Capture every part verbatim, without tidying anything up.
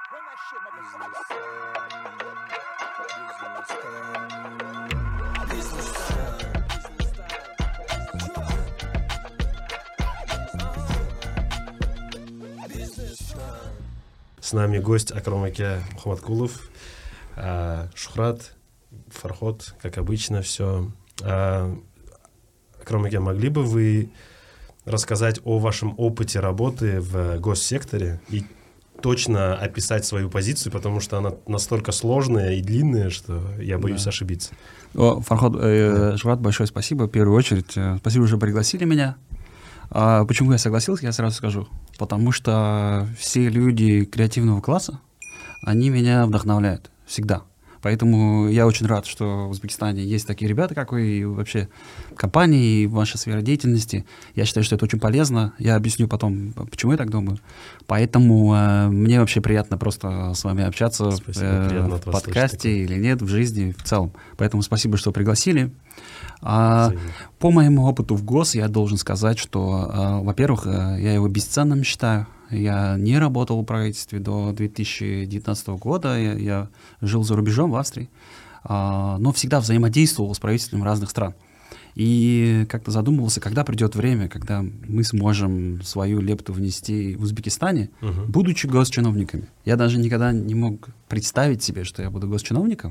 С нами гость Акромаке Мухаммадкулов, Шухрат, Фархот, как обычно, все. Акромаке, могли бы вы рассказать о вашем опыте работы в госсекторе и точно описать свою позицию, потому что она настолько сложная и длинная, что я боюсь да. ошибиться. О, Фархот, э, Шухрат, большое спасибо. В первую очередь, э, спасибо, что пригласили меня. А почему я согласился, я сразу скажу. Потому что все люди креативного класса, они меня вдохновляют всегда. Поэтому я очень рад, что в Узбекистане есть такие ребята, как вы, и вообще компании, и ваша сфера деятельности. Я считаю, что это очень полезно. Я объясню потом, почему я так думаю. Поэтому э, мне вообще приятно просто с вами общаться э, в подкасте или нет, в жизни в целом. Поэтому спасибо, что пригласили. А, по моему опыту в ГОС я должен сказать, что, а, во-первых, я его бесценным считаю. Я не работал в правительстве до две тысячи девятнадцатого года, я, я жил за рубежом в Австрии, а, но всегда взаимодействовал с правительством разных стран. И как-то задумывался, когда придет время, когда мы сможем свою лепту внести в Узбекистане, uh-huh. будучи госчиновниками. Я даже никогда не мог представить себе, что я буду госчиновником.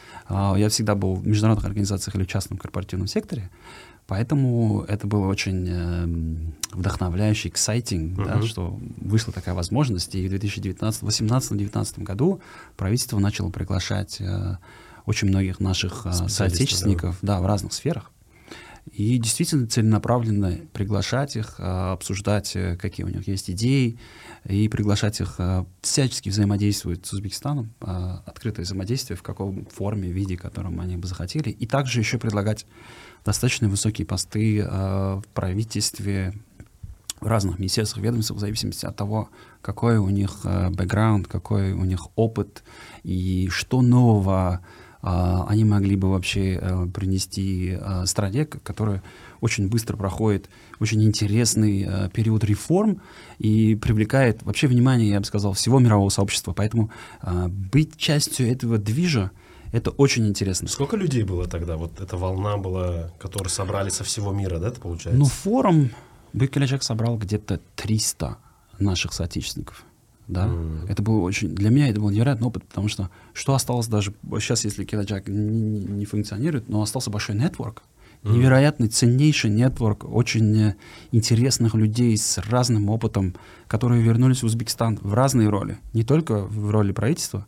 Я всегда был в международных организациях или в частном корпоративном секторе, поэтому это было очень э, вдохновляюще, exciting, uh-huh. да, что вышла такая возможность. И в две тысячи девятнадцатом, восемнадцатом, девятнадцатом году правительство начало приглашать э, очень многих наших э, соотечественников да. Да, в разных сферах. И действительно целенаправленно приглашать их, обсуждать, какие у них есть идеи, и приглашать их всячески взаимодействовать с Узбекистаном, открытое взаимодействие в каком форме, виде, котором они бы захотели, и также еще предлагать достаточно высокие посты в правительстве, в разных министерствах, ведомствах, в зависимости от того, какой у них бэкграунд, какой у них опыт, и что нового Uh, они могли бы вообще uh, принести uh, стране, которая очень быстро проходит очень интересный uh, период реформ и привлекает вообще внимание, я бы сказал, всего мирового сообщества. Поэтому uh, быть частью этого движа — это очень интересно. Сколько людей было тогда? Вот эта волна была, которые собрали со всего мира, да, это получается? Ну, форум Бөкелешек собрал где-то триста наших соотечественников. Да, mm. это было очень, для меня это был невероятный опыт, потому что что осталось даже сейчас, если Келаджак не, не, не функционирует, но остался большой нетворк, mm. невероятный, ценнейший нетворк очень интересных людей с разным опытом, которые вернулись в Узбекистан в разные роли, не только в роли правительства.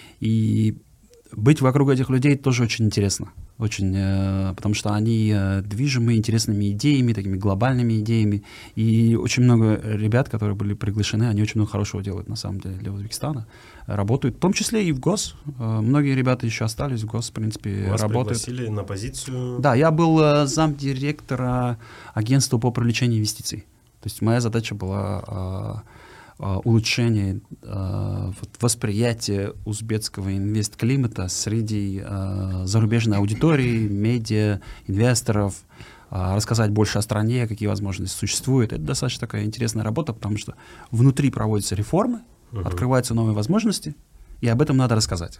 И быть вокруг этих людей тоже очень интересно, очень, э, потому что они э, движимы интересными идеями, такими глобальными идеями, и очень много ребят, которые были приглашены, они очень много хорошего делают на самом деле для Узбекистана, работают, в том числе и в ГОС. Э, многие ребята еще остались в ГОС, в принципе, Вас работают. Вас пригласили на позицию? Да, я был э, замдиректора агентства по привлечению инвестиций. То есть моя задача была э, улучшение э, восприятия узбекского инвестклимата среди э, зарубежной аудитории, медиа, инвесторов, э, рассказать больше о стране, какие возможности существуют. Это достаточно такая интересная работа, потому что внутри проводятся реформы, uh-huh. открываются новые возможности, и об этом надо рассказать.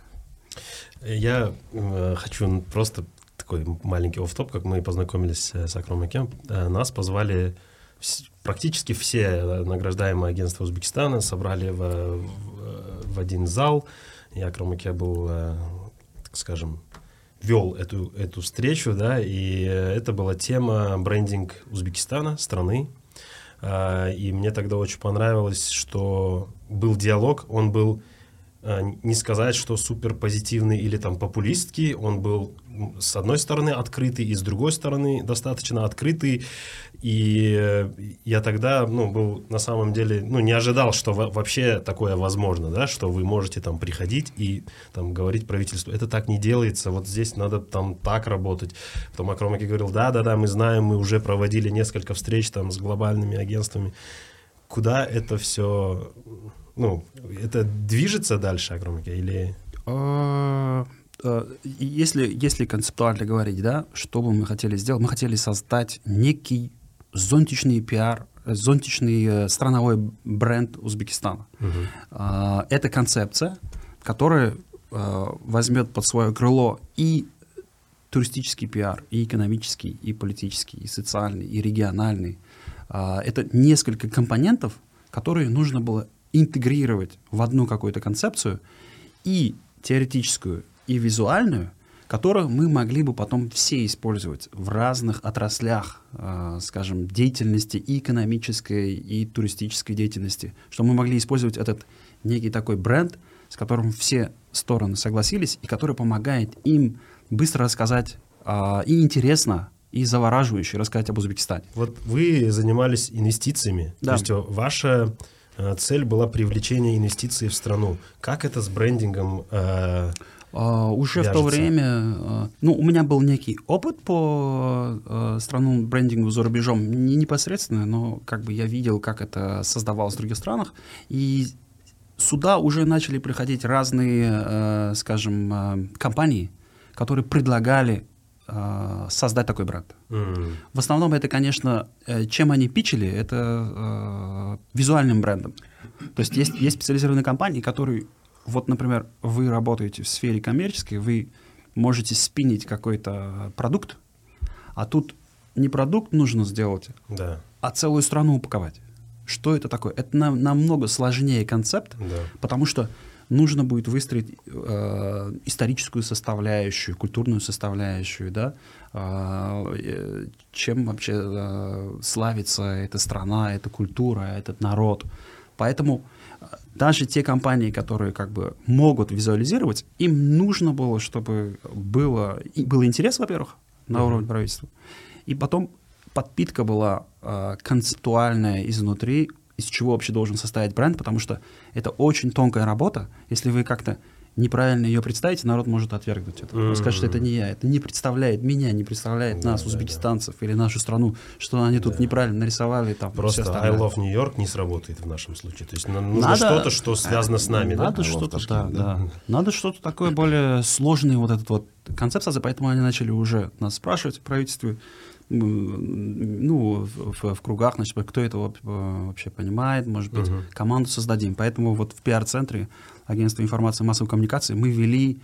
Я э, хочу просто такой маленький офф-топ, как мы познакомились с Акромакем. Э, нас позвали практически все награждаемые агентства Узбекистана, собрали в, в, в один зал. Я, Акромаке, был, так скажем, вел эту, эту встречу, да, и это была тема брендинг Узбекистана, страны. И мне тогда очень понравилось, что был диалог, он был, не сказать, что супер позитивный или там популистский, он был с одной стороны открытый и с другой стороны достаточно открытый. И я тогда, ну, был на самом деле, ну, не ожидал, что вообще такое возможно, да, что вы можете там приходить и там говорить правительству, это так не делается, вот здесь надо там так работать. Потом Акромаке говорил, да-да-да, мы знаем, мы уже проводили несколько встреч там с глобальными агентствами. Куда это все, ну, это движется дальше, Акромаке, или... Если, если концептуально говорить, да, что бы мы хотели сделать, мы хотели создать некий зонтичный пиар зонтичный страновой бренд Узбекистана. Uh-huh. Это концепция, которая возьмет под свое крыло и туристический пиар, и экономический, и политический, и социальный, и региональный. Это несколько компонентов, которые нужно было интегрировать в одну какую-то концепцию, и теоретическую, и визуальную, которую мы могли бы потом все использовать в разных отраслях, э, скажем, деятельности и экономической, и туристической деятельности, что мы могли использовать этот некий такой бренд, с которым все стороны согласились, и который помогает им быстро рассказать э, и интересно, и завораживающе рассказать об Узбекистане. Вот вы занимались инвестициями, да. То есть ваша э, цель была привлечение инвестиций в страну. Как это с брендингом э, Uh, уже вяжется? В то время, uh, ну, у меня был некий опыт по uh, странному брендингу за рубежом, не непосредственно, но как бы я видел, как это создавалось в других странах, и сюда уже начали приходить разные, uh, скажем, uh, компании, которые предлагали uh, создать такой бренд. Mm. В основном это, конечно, чем они питчили, это uh, визуальным брендом. То есть есть, есть специализированные компании, которые вот, например, вы работаете в сфере коммерческой, вы можете спинить какой-то продукт, а тут не продукт нужно сделать, да. а целую страну упаковать. Что это такое? Это нам, намного сложнее концепт, да. потому что нужно будет выстроить э, историческую составляющую, культурную составляющую, да, э, чем вообще э, славится эта страна, эта культура, этот народ. Поэтому даже те компании, которые как бы могут визуализировать, им нужно было, чтобы было, был интерес, во-первых, на mm-hmm. уровне правительства, и потом подпитка была э, концептуальная изнутри, из чего вообще должен состоять бренд, потому что это очень тонкая работа. Если вы как-то неправильно ее представите, народ может отвергнуть это. Он mm-hmm. скажет, что это не я, это не представляет меня, не представляет да, нас, да, узбекистанцев, да. или нашу страну, что они тут да. неправильно нарисовали. Там, просто I love New York не сработает в нашем случае. То есть нужно надо, что-то, что связано с нами. Надо да? что-то, да, да. Надо что-то такое более сложное, вот этот вот концепция, поэтому они начали уже нас спрашивать в правительстве, ну, в, в кругах, значит, кто это вообще понимает, может быть, uh-huh. команду создадим. Поэтому вот в пиар-центре Агентства информации и массовой коммуникации мы вели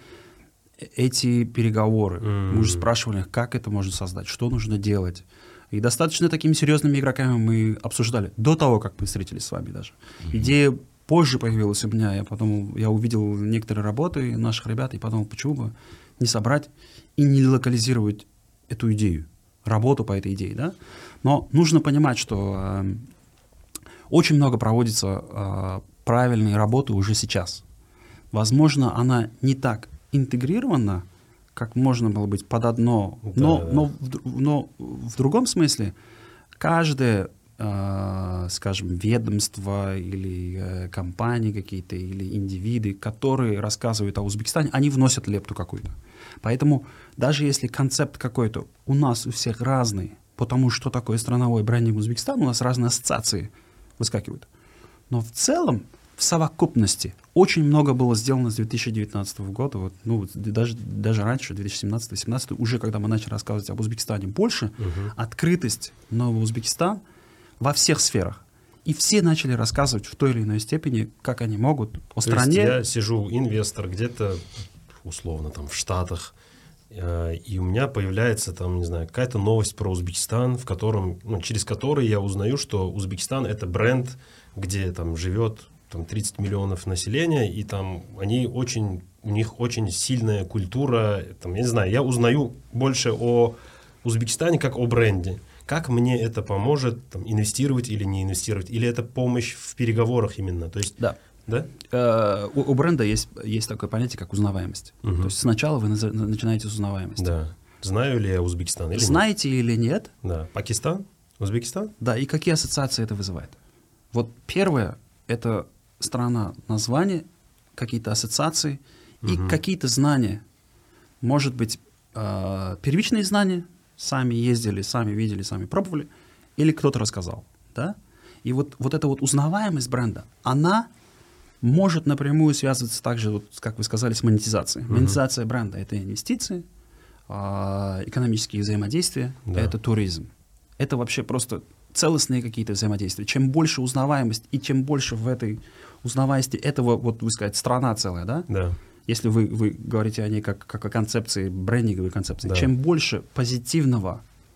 эти переговоры. Uh-huh. Мы уже спрашивали, как это можно создать, что нужно делать. И достаточно такими серьезными игроками мы обсуждали, до того, как мы встретились с вами даже. Uh-huh. Идея позже появилась у меня, я потом, я увидел некоторые работы наших ребят и подумал, почему бы не собрать и не локализировать эту идею, работу по этой идее, да? Но нужно понимать, что э, очень много проводится э, правильной работы уже сейчас. Возможно, она не так интегрирована, как можно было быть под одно, да, но, да. Но, в, но в другом смысле каждое, э, скажем, ведомство или э, компании какие-то, или индивиды, которые рассказывают о Узбекистане, они вносят лепту какую-то. Поэтому даже если концепт какой-то у нас у всех разный, потому что такое страновой брендинг Узбекистана, у нас разные ассоциации выскакивают. Но в целом, в совокупности, очень много было сделано с две тысячи девятнадцатого года, вот, ну, даже, даже раньше, две тысячи семнадцатый — две тысячи семнадцатый, уже когда мы начали рассказывать об Узбекистане больше, uh-huh. открытость нового Узбекистана во всех сферах. И все начали рассказывать в той или иной степени, как они могут о То стране. Есть я сижу, инвестор, где-то условно там в Штатах, э, и у меня появляется там, не знаю, какая-то новость про Узбекистан, в котором, ну, через который я узнаю, что Узбекистан — это бренд, где там живет там тридцать миллионов населения, и там они очень, у них очень сильная культура, там, я не знаю, я узнаю больше о Узбекистане как о бренде. Как мне это поможет там, инвестировать или не инвестировать? Или это помощь в переговорах именно? То есть, да. Да? Uh, у, у бренда есть, есть такое понятие, как узнаваемость. Uh-huh. То есть сначала вы на, начинаете с узнаваемости. Да. Знаю ли я Узбекистан или Знаете нет? или нет? Да. Пакистан? Узбекистан? Да, и какие ассоциации это вызывает? Вот первое — это страна, название, какие-то ассоциации uh-huh. и какие-то знания. Может быть, uh, первичные знания, сами ездили, сами видели, сами пробовали, или кто-то рассказал. Да? И вот, вот эта вот узнаваемость бренда, она может напрямую связываться также, вот, как вы сказали, с монетизацией. Uh-huh. Монетизация бренда — это инвестиции, экономические взаимодействия, да. это туризм. Это вообще просто целостные какие-то взаимодействия. Чем больше узнаваемость и чем больше в этой узнаваемости этого, вот вы сказать, страна целая, да? Да. Если вы, вы говорите о ней как, как о концепции, брендинговой концепции, Да. чем больше позитивного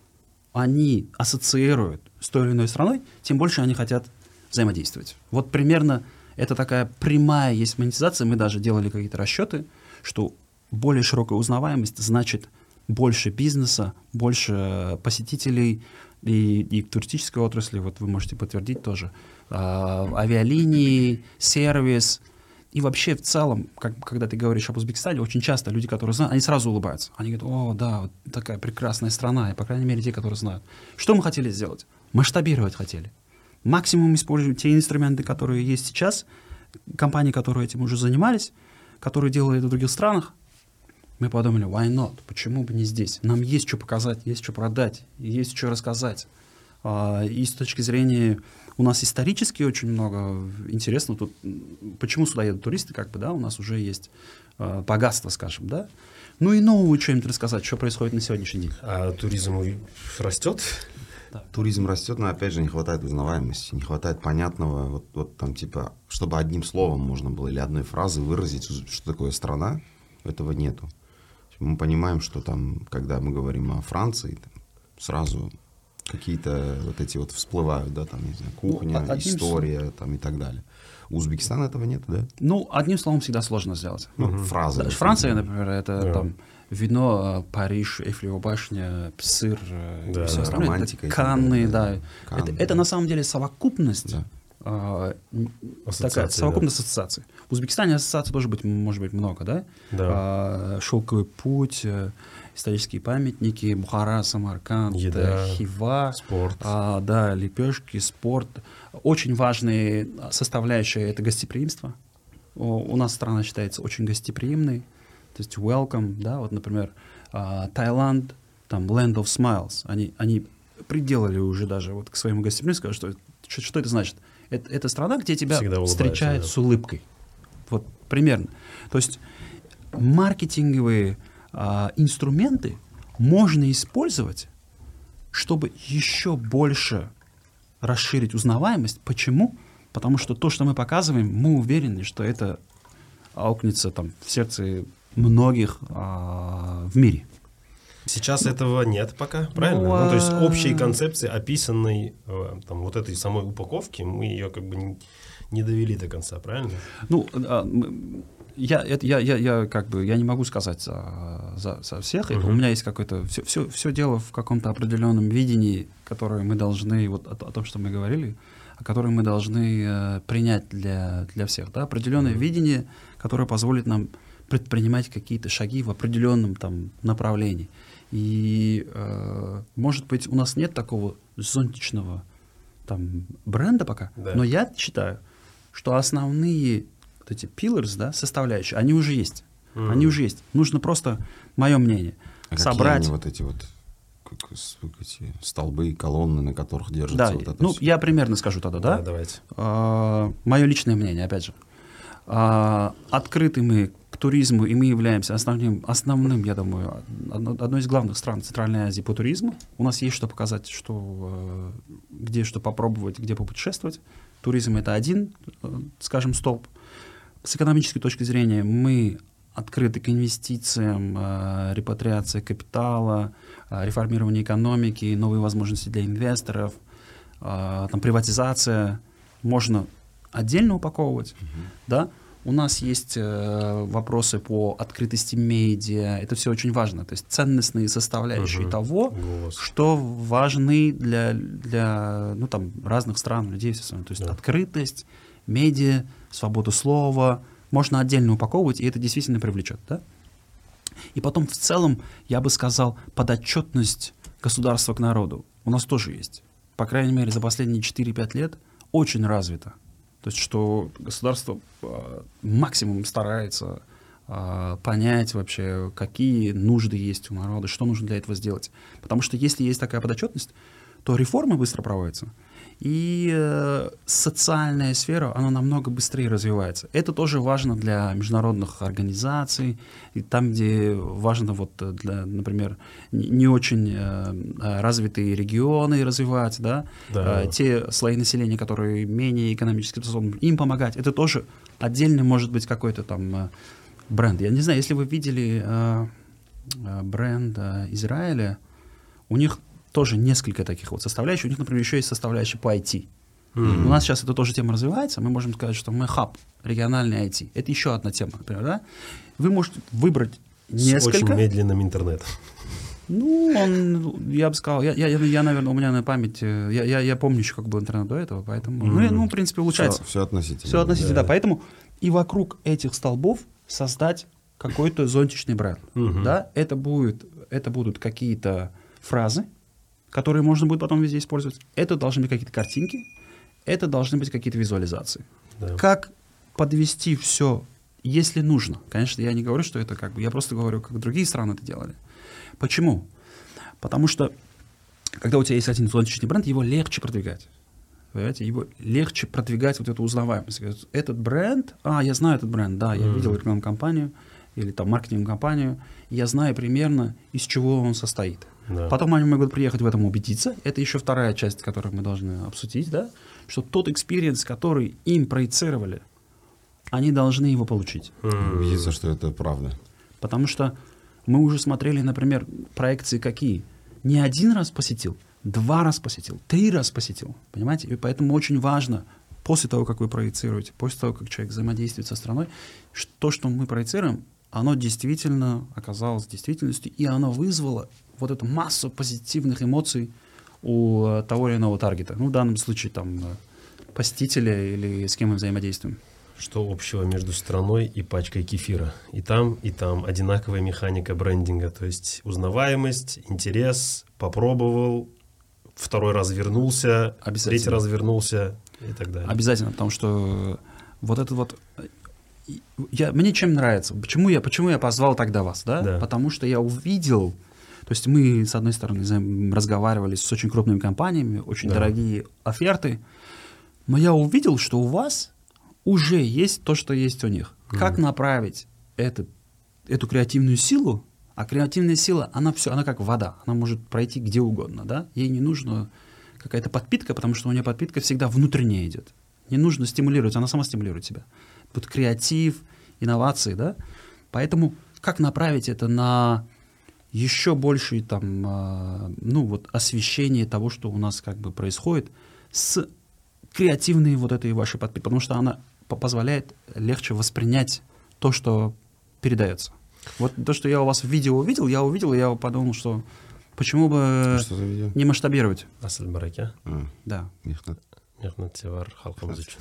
они ассоциируют с той или иной страной, тем больше они хотят взаимодействовать. Вот примерно это такая прямая есть монетизация. Мы даже делали какие-то расчеты, что более широкая узнаваемость значит больше бизнеса, больше посетителей и, и в туристической отрасли, вот вы можете подтвердить тоже, а, авиалинии, сервис. И вообще в целом, как, когда ты говоришь об Узбекистане, очень часто люди, которые знают, они сразу улыбаются. Они говорят: о, да, вот такая прекрасная страна, и, по крайней мере, те, которые знают. Что мы хотели сделать? Масштабировать хотели. Максимум использовать те инструменты, которые есть сейчас, компании, которые этим уже занимались, которые делали это в других странах. Мы подумали: why not? Почему бы не здесь? Нам есть что показать, есть что продать, есть что рассказать. И с точки зрения, у нас исторически очень много интересно тут, почему сюда едут туристы, как бы, да, у нас уже есть э, богатство, скажем, да. Ну и нового что-нибудь рассказать, что происходит на сегодняшний день. А туризм растет? Да. Туризм растет, но опять же не хватает узнаваемости, не хватает понятного, вот, вот там типа, чтобы одним словом можно было или одной фразой выразить, что такое страна, этого нету. Мы понимаем, что там, когда мы говорим о Франции, там, сразу какие-то вот эти вот всплывают, да, там, не знаю, кухня, ну, история, словом... там и так далее. У Узбекистана этого нет, да? Ну, одним словом всегда сложно сделать. Ну, угу. Фраза. Да, Франция, например, это да. там вино, Париж, Эйфелева башня, сыр, да, и все да, остальное. романтика. Канны, да. Канны, это, да. это на самом деле совокупность, да. а, такая совокупность да. ассоциаций. В Узбекистане ассоциаций тоже быть, может быть много, да? Да. А, шелковый путь, исторические памятники, Бухара, Самарканд, еда, Хива, спорт. А, да, лепешки, спорт. Очень важная составляющая — это гостеприимство. У, у нас страна считается очень гостеприимной, то есть welcome, да, вот, например, а, Таиланд, там Land of Smiles, они, они приделали уже даже вот к своему гостеприимству, что, что, что это значит? Это, это страна, где тебя встречают да. с улыбкой. Вот примерно. То есть маркетинговые а, инструменты можно использовать, чтобы еще больше расширить узнаваемость. Почему? Потому что то, что мы показываем, мы уверены, что это аукнется там в сердце многих а, в мире. Сейчас ну, этого нет пока, правильно? Ну, ну, то есть общей концепции, описанной там, вот этой самой упаковки, мы ее как бы не, не довели до конца, правильно? Ну, я, это, я, я, я как бы я не могу сказать за, за, за всех. Uh-huh. У меня есть какое-то все, все, все дело в каком-то определенном видении, которое мы должны, вот о, о том, что мы говорили, о котором мы должны э, принять для, для всех. Да? Определенное uh-huh. видение, которое позволит нам предпринимать какие-то шаги в определенном там направлении. И, э, может быть, у нас нет такого зонтичного там бренда пока, да. но я считаю, что основные вот эти pillars, да, составляющие, они уже есть. Mm. Они уже есть. Нужно просто, мое мнение, а собрать... какие они вот эти вот как, эти столбы, колонны, на которых держится да, вот это ну, все? я примерно скажу тогда, да? Да, давайте. А, мое личное мнение, опять же. А, открыты мы к туризму, и мы являемся основным, основным, я думаю, одной из главных стран Центральной Азии по туризму. У нас есть что показать, что, где что попробовать, где попутешествовать. Туризм — это один, скажем, столб. С экономической точки зрения мы открыты к инвестициям, репатриации капитала, реформированию экономики, новые возможности для инвесторов, там, приватизация. Можно отдельно упаковывать, uh-huh. да. У нас есть э, вопросы по открытости медиа. Это все очень важно. То есть ценностные составляющие uh-huh. того, Голос. Что важны для, для ну, там, разных стран, людей. То есть yeah. открытость, медиа, свободу слова. Можно отдельно упаковывать, и это действительно привлечет. Да? И потом в целом, я бы сказал, подотчетность государства к народу у нас тоже есть. По крайней мере, за последние четыре-пять лет очень развито. То есть, что государство э, максимум старается э, понять вообще, какие нужды есть у народа, что нужно для этого сделать. Потому что если есть такая подотчетность, то реформы быстро проводятся. И э, социальная сфера, она намного быстрее развивается. Это тоже важно для международных организаций, и там, где важно, вот, для, например, не, не очень э, развитые регионы развивать, да? Да. Э, те слои населения, которые менее экономически способны, им помогать. Это тоже отдельно может быть какой-то там э, бренд. Я не знаю, если вы видели э, э, бренд э, Израиля, у них тоже несколько таких вот составляющих. У них, например, еще есть составляющая по ай ти. Mm-hmm. У нас сейчас эта тоже тема развивается. Мы можем сказать, что мы хаб, региональный ай ти. Это еще одна тема, например, да? Вы можете выбрать несколько. С очень медленным интернетом. Ну, он, я бы сказал, я, я, я, наверное, у меня на памяти, я, я, я помню еще, как был интернет до этого, поэтому, mm-hmm. ну, ну, в принципе, улучшается. Все, все относительно. Все относительно, да. да. Поэтому и вокруг этих столбов создать какой-то зонтичный бренд. Mm-hmm. Да? Это, будет, это будут какие-то фразы, которые можно будет потом везде использовать. Это должны быть какие-то картинки, это должны быть какие-то визуализации. Да. Как подвести все, если нужно? Конечно, я не говорю, что это как бы, я просто говорю, как другие страны это делали. Почему? Потому что, когда у тебя есть один зонтичный бренд, его легче продвигать. Понимаете? Его легче продвигать вот эту узнаваемость. Этот бренд, а, я знаю этот бренд, да, я mm-hmm. видел рекламную кампанию или там маркетинговую кампанию, я знаю примерно, из чего он состоит. Да. Потом они могут приехать в этом убедиться. Это еще вторая часть, которую мы должны обсудить, да? Что тот экспириенс, который им проецировали, они должны его получить. Mm-hmm. Убедиться, что это правда. Потому что мы уже смотрели, например, проекции какие. Не один раз посетил, два раза посетил, три раза посетил. Понимаете? И поэтому очень важно, после того, как вы проецируете, после того, как человек взаимодействует со страной, что то, что мы проецируем, оно действительно оказалось действительностью, и оно вызвало вот эту массу позитивных эмоций у uh, того или иного таргета. Ну, в данном случае, там, uh, посетителя или с кем мы взаимодействуем. Что общего между страной и пачкой кефира? И там, и там одинаковая механика брендинга. То есть узнаваемость, интерес, попробовал, второй раз вернулся, третий раз вернулся и так далее. Обязательно, потому что вот это вот... Я, мне чем нравится? Почему я, почему я позвал тогда вас? Да? Да. Потому что я увидел... То есть мы, с одной стороны, разговаривали с очень крупными компаниями, очень да. дорогие оферты, но я увидел, что у вас уже есть то, что есть у них. Mm-hmm. Как направить этот, эту креативную силу? А креативная сила, она все, она как вода, она может пройти где угодно, да? Ей не нужна какая-то подпитка, потому что у нее подпитка всегда внутренне идет. Не нужно стимулировать, она сама стимулирует себя. Вот креатив, инновации, да? Поэтому как направить это на еще большее там, ну, вот, освещение того, что у нас как бы происходит, с креативной вот этой вашей подпиткой, потому что она позволяет легче воспринять то, что передается. Вот то, что я у вас в видео увидел, я увидел, и я подумал, что почему бы не масштабировать. Асл бараке. Да. Мехнат севар халкамыз үшін.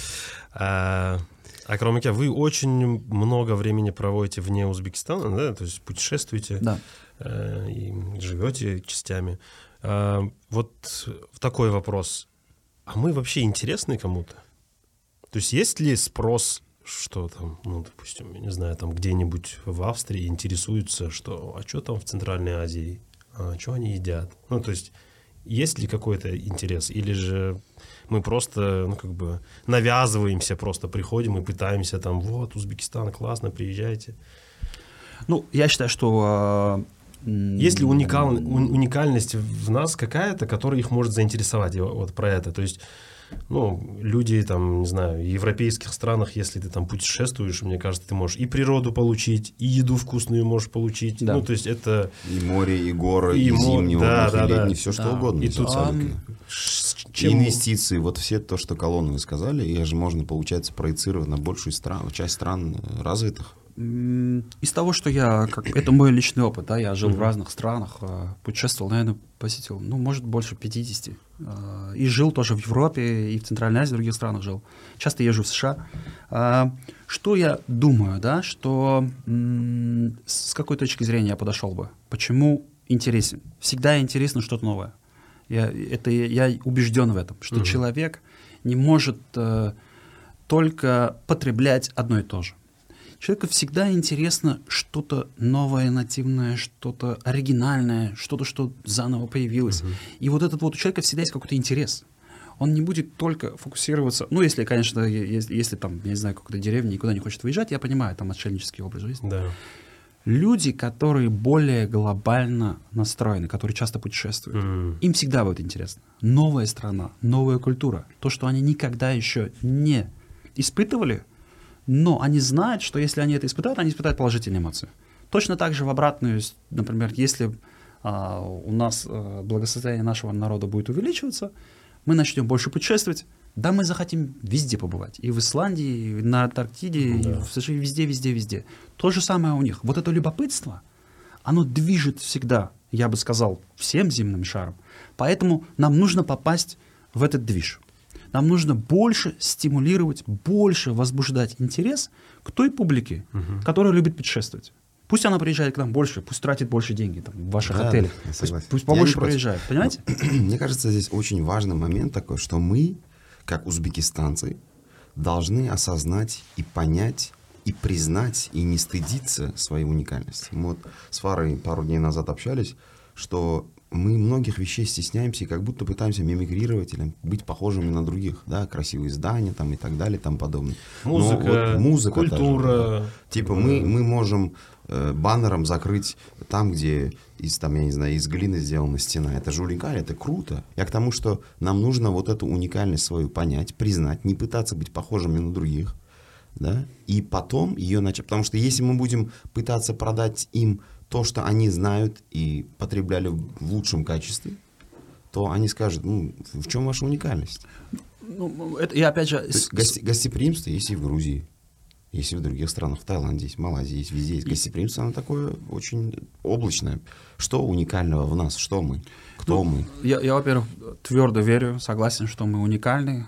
Акромеке, вы очень много времени проводите вне Узбекистана, да, то есть путешествуете, да. э, и живете частями. А, вот такой вопрос. А мы вообще интересны кому-то? То есть есть ли спрос, что там, ну, допустим, я не знаю, там где-нибудь в Австрии интересуются, что, а что там в Центральной Азии, а что они едят? Ну, то есть есть ли какой-то интерес? Или же мы просто, ну, как бы навязываемся, просто приходим и пытаемся там, вот, Узбекистан, классно, приезжайте. Ну, я считаю, что... Э, есть ли уникаль, уникальность в нас какая-то, которая их может заинтересовать, вот про это? То есть, ну, люди, там, не знаю, в европейских странах, если ты там путешествуешь, мне кажется, ты можешь и природу получить, и еду вкусную можешь получить. Да. Ну, то есть это... И море, и горы, и, и зимний да, отдых, да, и летний, да. все что да. угодно. И тут а, чем... инвестиции, вот все то, что колонны вы сказали, их же можно, получается, проецировать на большую страну, часть стран развитых. Из того, что я, как, это мой личный опыт, да, я жил mm-hmm. в разных странах, путешествовал, наверное, посетил, ну, может, больше пятидесяти. И жил тоже в Европе, и в Центральной Азии, в других странах жил. Часто езжу в США. Что я думаю, да, что с какой точки зрения я подошел бы? Почему интересен? Всегда интересно что-то новое. Я, это, я убежден в этом, что mm-hmm. человек не может только потреблять одно и то же. Человеку всегда интересно что-то новое, нативное, что-то оригинальное, что-то, что заново появилось. Uh-huh. И вот этот вот у человека всегда есть какой-то интерес. он не будет только фокусироваться, ну, если, конечно, если, если там, я не знаю, какой-то деревне никуда не хочет выезжать, я понимаю, там отшельнический образ жизни. Да. Люди, которые более глобально настроены, которые часто путешествуют, Mm. им всегда будет интересно. Новая страна, новая культура, то, что они никогда еще не испытывали, но они знают, что если они это испытают, они испытают положительные эмоции. Точно так же в обратную, например, если а, у нас а, благосостояние нашего народа будет увеличиваться, мы начнем больше путешествовать, да, мы захотим везде побывать. И в Исландии, и на Антарктиде, Да. и в США, везде, везде, везде. То же самое у них. Вот это любопытство, оно движет всегда, я бы сказал, всем земным шаром. Поэтому нам нужно попасть в этот движ. Нам нужно больше стимулировать, больше возбуждать интерес к той публике, Мгм. которая любит путешествовать. Пусть она приезжает к нам больше, пусть тратит больше денег там, в ваших Да, отелях. да, я Пусть, согласен. пусть Я не побольше против. приезжает. Понимаете? Мне кажется, здесь очень важный момент такой, что мы, как узбекистанцы, должны осознать и понять, и признать, и не стыдиться своей уникальности. Мы вот с Фарой пару дней назад общались, что мы многих вещей стесняемся и как будто пытаемся мимикрировать или быть похожими на других, да, красивые здания там и так далее, и тому подобное. Но Музыка, вот музыка та же, культура. да. Типа мы, мы можем э, баннером закрыть там, где из, там, я не знаю, из глины сделана стена. Это же уникально, это круто. Я к тому, что нам нужно вот эту уникальность свою понять, признать, не пытаться быть похожими на других, да, и потом ее начать. Потому что если мы будем пытаться продать им то, что они знают и потребляли в лучшем качестве, то они скажут, ну, в чем ваша уникальность? Ну, это, я опять же... То есть гости- гостеприимство есть и в Грузии, есть и в других странах, в Таиланде есть, в Малайзии есть, везде есть гостеприимство, оно такое очень облачное. Что уникального в нас? Что мы? Кто Ну, мы? Я, я, во-первых, твердо верю, согласен, что мы уникальны.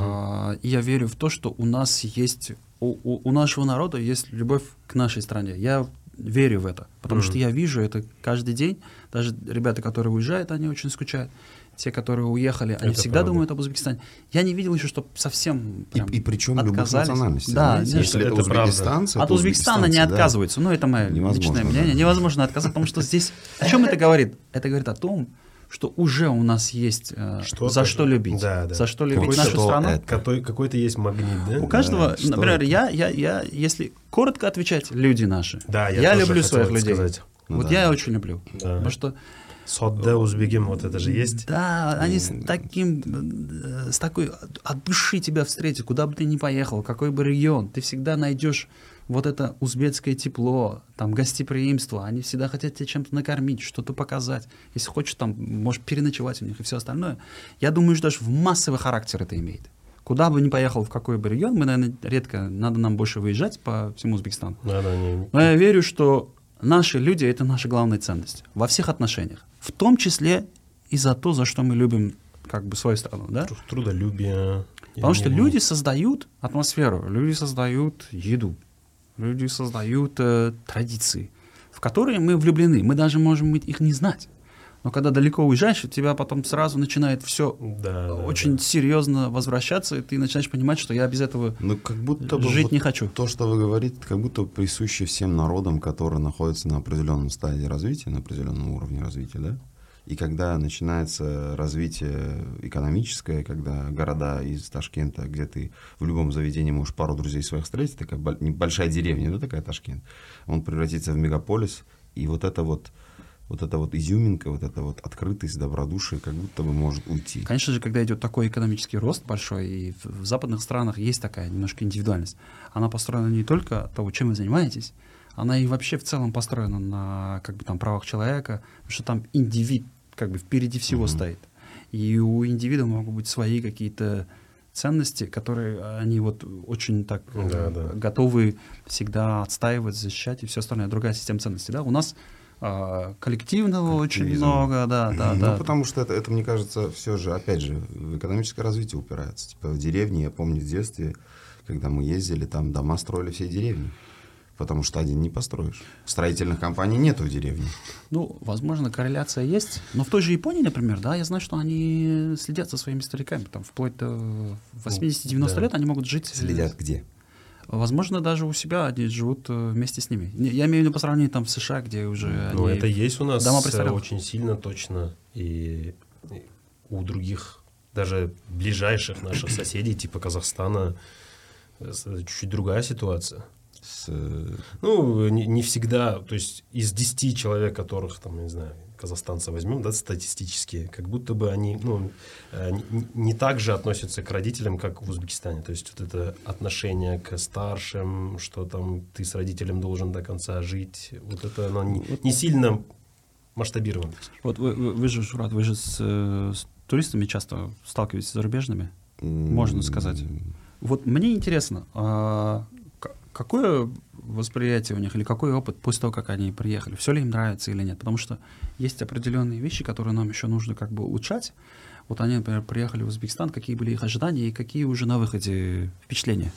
А, и я верю в то, что у нас есть, у, у, у нашего народа есть любовь к нашей стране. Я верю в это, потому Мгм. что я вижу это каждый день. Даже ребята, которые уезжают, они очень скучают. Те, которые уехали, они Это всегда правда. думают об Узбекистане. Я не видел еще, что совсем И, прям и причем любых отказались. национальностей. Да, знаете. нет, Если это, это правда. узбекистанцы, От то Узбекистана не узбекистанцы, да. отказываются. Ну, это мое Невозможно, личное да. мнение. Невозможно отказаться, потому что здесь... О чем это говорит? Это говорит о том, что уже у нас есть э, Что-то за же. что любить. Да, да. За что любить Вот нашу что страну. это? Какой, какой-то есть магнит, да? У каждого, что например, это? я, я, я, если коротко отвечать, люди наши. Да, я тоже люблю хотел своих это людей. сказать. Ну вот да. я очень люблю. Да. Потому что Содде узбегим, вот это же есть. да, они с таким, э, с такой от души тебя встретят, куда бы ты ни поехал, какой бы регион, ты всегда найдешь вот это узбекское тепло, там гостеприимство, они всегда хотят тебе чем-то накормить, что-то показать. Если хочешь, там можешь переночевать у них и все остальное. Я думаю, что даже в массовый характер это имеет. Куда бы ни поехал, в какой бы регион, мы, наверное, редко, надо нам больше выезжать по всему Узбекистану. Да, да, не- Но я верю, что наши люди — это наша главная ценность во всех отношениях. В том числе и за то, за что мы любим как бы свою страну. Да? Тру- Трудолюбие. Потому Я что не- люди создают атмосферу, люди создают еду, люди создают э, традиции, в которые мы влюблены. Мы даже можем их не знать. Но когда далеко уезжаешь, у тебя потом сразу начинает все Да, да, очень да. серьезно возвращаться, и ты начинаешь понимать, что я без этого Ну, как будто бы жить вот не хочу. то, что вы говорите, как будто присуще всем народам, которые находятся на определенном стадии развития, на определенном уровне развития, да? И когда начинается развитие экономическое, когда города из Ташкента, где ты в любом заведении можешь пару друзей своих встретить, такая боль- небольшая деревня, да, такая Ташкент, он превратится в мегаполис, и вот это вот, вот эта вот изюминка, вот эта вот открытость, добродушие как будто бы может уйти. Конечно же, когда идет такой экономический рост большой, и в, в западных странах есть такая немножко индивидуальность, она построена не только от того, чем вы занимаетесь, она и вообще в целом построена на как бы там правах человека, потому что там индивид как бы впереди всего Мгм. стоит. И у индивида могут быть свои какие-то ценности, которые они вот очень так э, Да, да. готовы всегда отстаивать, защищать и все остальное. Другая система ценностей. Да? У нас а, коллективного очень Коллективизм. много, да, да, ну, да. потому что это, это, мне кажется, все же, опять же, в экономическое развитие упирается. Типа в деревне, я помню в детстве, когда мы ездили, там дома строили все деревни. Потому что один не построишь. Строительных компаний нету в деревне. Ну, возможно, корреляция есть. Но в той же Японии, например, да, я знаю, что они следят за своими стариками. Там вплоть до восьмидесяти-девяноста да. лет они могут жить. э, Следят где? Возможно, даже у себя они живут э, вместе с ними. Не, я имею в виду по сравнению там в США, где уже Ну, они... это есть у нас дома э, престарелых. очень сильно, точно. И, и у других даже ближайших наших соседей, типа Казахстана, чуть-чуть другая ситуация. С... Ну, не, не всегда, то есть из десяти человек, которых, там, я не знаю, казахстанца возьмем, да, статистически, как будто бы они, ну, не, не так же относятся к родителям, как в Узбекистане. То есть вот это отношение к старшим, что там ты с родителем должен до конца жить, вот это оно не, не сильно масштабировано. Вот вы, вы, вы же, Журат, вы же с, с туристами часто сталкиваетесь, с зарубежными, можно сказать. Вот мне интересно, а какое восприятие у них или какой опыт после того, как они приехали? Все ли им нравится или нет? Потому что есть определенные вещи, которые нам еще нужно как бы улучшать. Вот они, например, приехали в Узбекистан, какие были их ожидания и какие уже на выходе впечатления?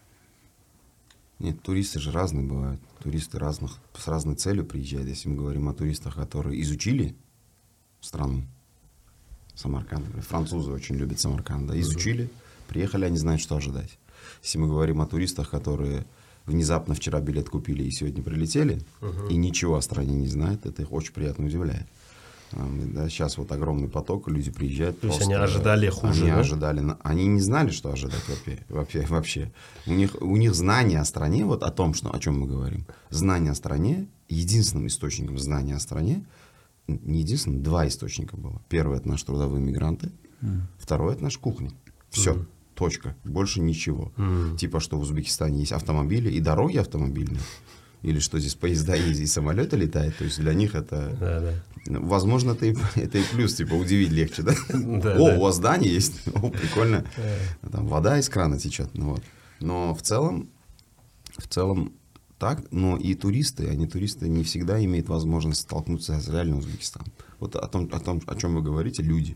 Нет, туристы же разные бывают. Туристы разных, с разной целью приезжают. Если мы говорим о туристах, которые изучили страну, Самарканд, французы очень любят Самарканд, да, изучили, приехали, они знают, что ожидать. Если мы говорим о туристах, которые внезапно вчера билет купили и сегодня прилетели, uh-huh. и ничего о стране не знают, это их очень приятно удивляет. Да, сейчас вот огромный поток, люди приезжают. То есть они ожидали хуже, Они да? ожидали, они не знали, что ожидать вообще. вообще. У них, у них знание о стране, вот о том, что, о чем мы говорим, знание о стране, единственным источником знания о стране, не единственным, два источника было. Первый — это наши трудовые мигранты, uh-huh. второй — это наша кухня. Все. Uh-huh. Точка. Больше ничего. Mm. Типа, что в Узбекистане есть автомобили и дороги автомобильные. Или что здесь поезда ездят и самолеты летают. То есть для них это... Да, да. Возможно, это и, это и плюс. Типа, удивить легче, да? Да, О, да. У вас здание есть. О, прикольно. Там вода из крана течет. Ну, вот. Но в целом, в целом так. Но и туристы, они туристы не всегда имеют возможность столкнуться с реальным Узбекистаном. Вот о том, о том, о чем вы говорите, люди.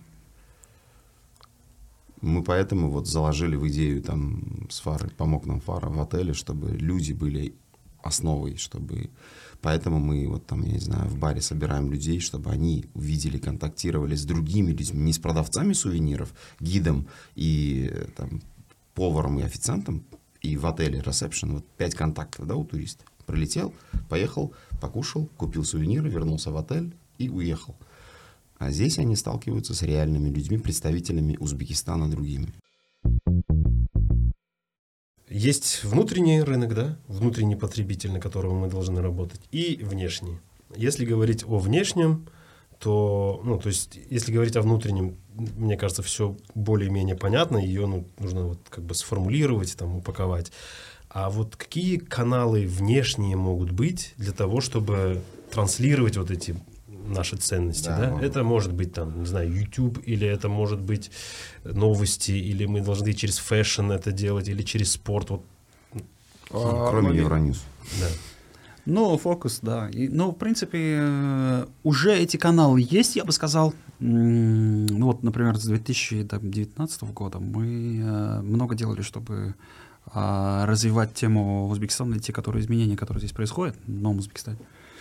Мы поэтому вот заложили в идею там с Фарой, помог нам Фара в отеле, чтобы люди были основой, чтобы... Поэтому мы вот там, я не знаю, в баре собираем людей, чтобы они увидели, контактировали с другими людьми, не с продавцами сувениров, гидом и там поваром и официантом, и в отеле ресепшн, вот пять контактов, да, у туриста. Прилетел, поехал, покушал, купил сувениры, вернулся в отель и уехал. А здесь они сталкиваются с реальными людьми, представителями Узбекистана, другими. Есть внутренний рынок, да, внутренний потребитель, на котором мы должны работать, и внешний. Если говорить о внешнем, то, ну, то есть, если говорить о внутреннем, мне кажется, все более-менее понятно, ее ну, нужно вот как бы сформулировать, там, упаковать. А вот какие каналы внешние могут быть для того, чтобы транслировать вот эти наши ценности, да, да? Это может быть там, не знаю, YouTube, или это может быть новости, или мы должны через фэшн это делать, или через спорт, вот. А, Кроме ну, Евроньюз. Да. Ну, фокус, да. И, ну, в принципе, уже эти каналы есть, я бы сказал. Ну, вот, например, с две тысячи девятнадцатого года мы много делали, чтобы развивать тему Узбекистана и те, которые изменения, которые здесь происходят в Новом Узбекистане,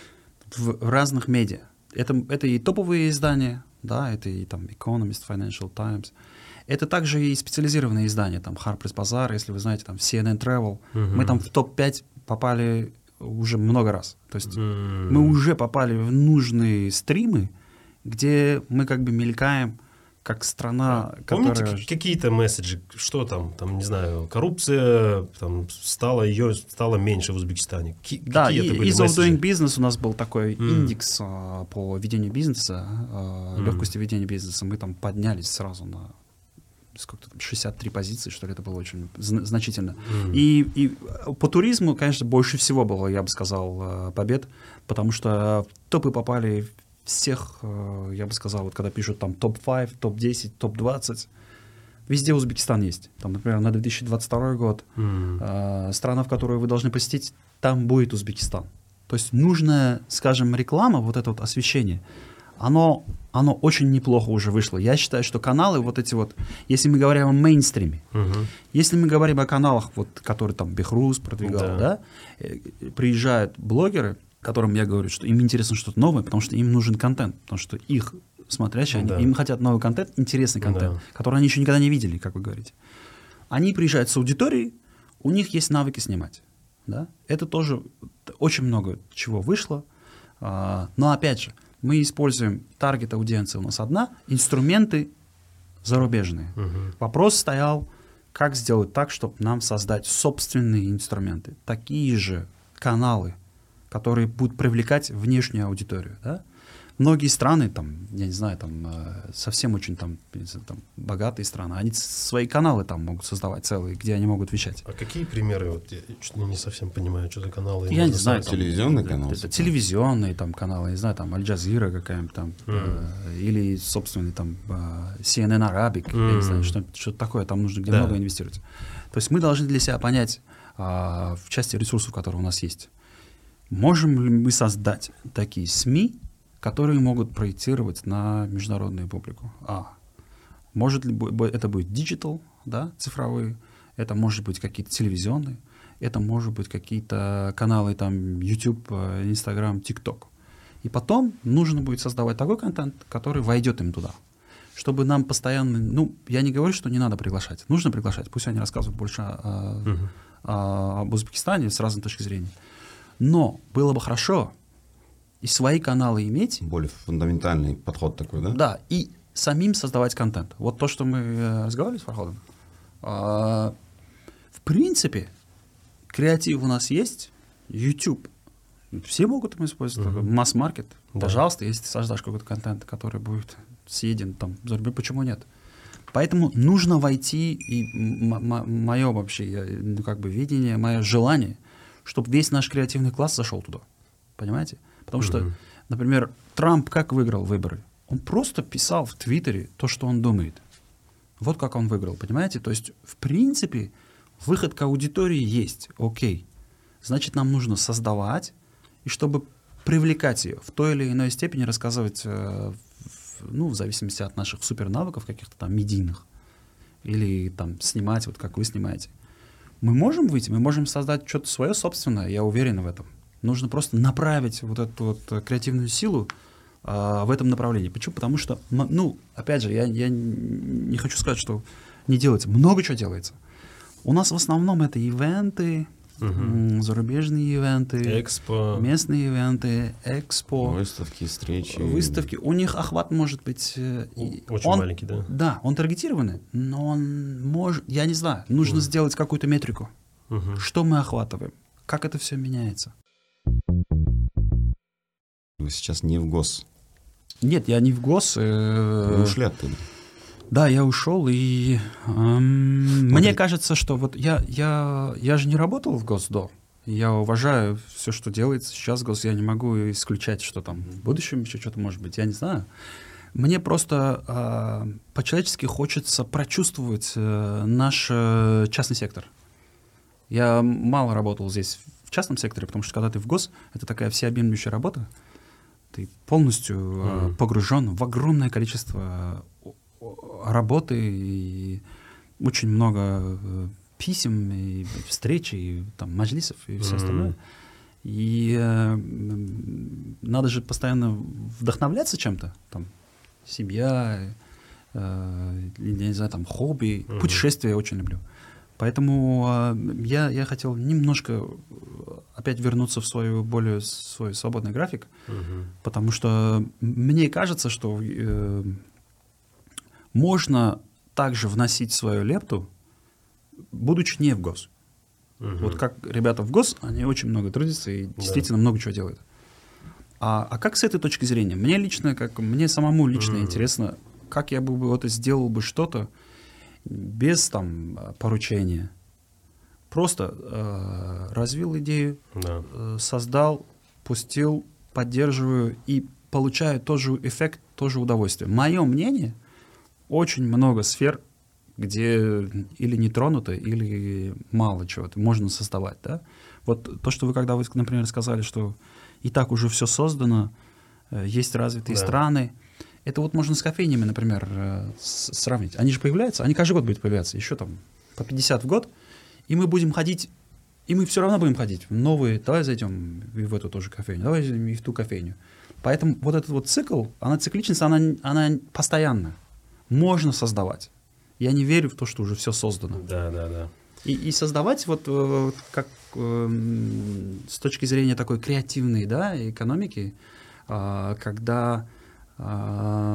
в разных медиа. Это, это и топовые издания, да, это и там Economist, Financial Times. Это также и специализированные издания, там Harper's Bazaar, если вы знаете, там си эн эн Travel. Uh-huh. Мы там в топ пять попали уже много раз. То есть uh-huh. мы уже попали в нужные стримы, где мы как бы мелькаем как страна, а, которая... Помните какие-то месседжи, что там, там, не знаю, коррупция там, стала, ее стало меньше в Узбекистане? К- да, какие и, это были Ease of месседжи? Doing Business у нас был такой mm. индекс а, по ведению бизнеса, а, mm. легкости ведения бизнеса. Мы там поднялись сразу на сколько-то там, шестьдесят три позиции, что ли, это было очень зна- значительно. Mm. И, и по туризму, конечно, больше всего было, я бы сказал, побед, потому что в топы попали всех, я бы сказал, вот когда пишут там топ пять, топ десять, топ двадцать, везде Узбекистан есть. Там, например, на две тысячи двадцать второй год mm. э, страна, в которую вы должны посетить, там будет Узбекистан. То есть нужная, скажем, реклама, вот это вот освещение, оно, оно очень неплохо уже вышло. Я считаю, что каналы вот эти вот, если мы говорим о мейнстриме, uh-huh. если мы говорим о каналах, вот, которые там Бехруз продвигал, да. Да, э, приезжают блогеры, которым я говорю, что им интересно что-то новое, потому что им нужен контент, потому что их смотрящие, да. они, им хотят новый контент, интересный контент, да. который они еще никогда не видели, как вы говорите. Они приезжают с аудиторией, у них есть навыки снимать. Да? Это тоже очень много чего вышло. А, но опять же, мы используем таргет аудиенции у нас одна, инструменты зарубежные. Мгм. Вопрос стоял, как сделать так, чтобы нам создать собственные инструменты, такие же каналы, которые будут привлекать внешнюю аудиторию. Да? Многие страны, там, я не знаю, там, э, совсем очень там, там, богатые страны, они свои каналы там могут создавать целые, где они могут вещать. А какие примеры? Вот я что-то не совсем понимаю, что за каналы. Я не можно знаю, создать? там, Телевизионный это- канал? это телевизионные там каналы, не знаю, там Аль-Джазира какая-нибудь там, э, или собственный там э, си эн эн Arabic, я не знаю, Мгм. что, что-то такое, там нужно где Да. много инвестировать. То есть мы должны для себя понять а, в части ресурсов, которые у нас есть, можем ли мы создать такие СМИ, которые могут проецировать на международную публику. А. Может ли бу- бу- это будет диджитал, да, цифровые, это может быть какие-то телевизионные, это может быть какие-то каналы там YouTube, э, Instagram, TikTok. И потом нужно будет создавать такой контент, который войдет им туда. Чтобы нам постоянно... Ну, я не говорю, что не надо приглашать. Нужно приглашать. Пусть они рассказывают больше о- Мгм. о- об Узбекистане с разной точки зрения. Но было бы хорошо и свои каналы иметь, Более фундаментальный подход такой, да? да, и самим создавать контент. Вот то, что мы э, разговаривали с Фарходом. А, в принципе, креатив у нас есть, YouTube. Все могут им использовать. Мгм. такой масс-маркет. Да. Пожалуйста, если ты создашь какой-то контент, который будет съеден там за рубеж, почему нет? Поэтому нужно войти, и мое вообще я, ну, как бы видение, мое желание, чтобы весь наш креативный класс зашел туда. Понимаете? Потому что, Мгм. например, Трамп как выиграл выборы? Он просто писал в Твиттере то, что он думает. Вот как он выиграл, понимаете? То есть, в принципе, выход к аудитории есть, окей. Значит, нам нужно создавать, и чтобы привлекать ее в той или иной степени, рассказывать, э, в- ну, в зависимости от наших супернавыков каких-то там медийных, или там снимать, вот как вы снимаете. Мы можем выйти, мы можем создать что-то свое собственное, я уверен в этом. Нужно просто направить вот эту вот э, креативную силу а, в этом направлении. Почему? Потому что, м- ну, опять же, я, я не хочу сказать, что не делается. Много чего делается. У нас в основном это ивенты, Мгм. м, зарубежные ивенты, Экспо. местные ивенты, экспо, Выставки, встречи. выставки. У них охват может быть... э, и Очень он- маленький, да. Да, он таргетированный, но он может... Я не знаю, нужно Мгм. сделать какую-то метрику. Мгм. Что мы охватываем? Как это все меняется? Вы сейчас не в ГОС. Нет, я не в ГОС. э, Вы ушли оттуда. Да, я ушел, и эм, мне кажется, что вот я, я, я же не работал в ГОС до. Я уважаю все, что делается сейчас в ГОС. Я не могу исключать, что там в будущем еще что-то может быть. Я не знаю. Мне просто э, по-человечески хочется прочувствовать э, наш э, частный сектор. Я мало работал здесь в частном секторе, потому что когда ты в ГОС, это такая всеобъемлющая работа. Ты полностью э, Мгм. погружен в огромное количество э, о- работы и очень много э, писем и встреч и там маджлисов и все Мгм. остальное. И э, м, надо же постоянно вдохновляться чем-то, там семья, э, или, я не знаю, там хобби, Мгм. путешествия я очень люблю. Поэтому э, я, я хотел немножко э, опять вернуться в свою более свой свободный график, Мгм. потому что мне кажется, что э, можно также вносить свою лепту, будучи не в ГОС. Мгм. Вот как ребята в ГОС, они очень много трудятся и действительно много чего делают. А, а как с этой точки зрения? Мне лично, как мне самому лично Мгм. интересно, как я бы вот сделал бы что-то без там поручения. Просто э, развил идею, Да. э, создал, пустил, поддерживаю и получаю тоже эффект, тоже удовольствие. Мое мнение, очень много сфер, где или не тронуто, или мало чего-то можно создавать. Да? Вот то, что вы, когда вы, например, сказали, что и так уже все создано, э, есть развитые Да. страны, это вот можно с кофейнями, например, э, с- сравнить. Они же появляются, они каждый год будут появляться, еще там по пятьдесят в год, и мы будем ходить, и мы все равно будем ходить в новые, давай зайдем и в эту тоже кофейню, давай зайдем и в ту кофейню. Поэтому вот этот вот цикл, она цикличность, она, она постоянна. Можно создавать. Я не верю в то, что уже все создано. Да, да, да. И, и создавать вот э, как эм, с точки зрения такой креативной, да, экономики, а, когда а,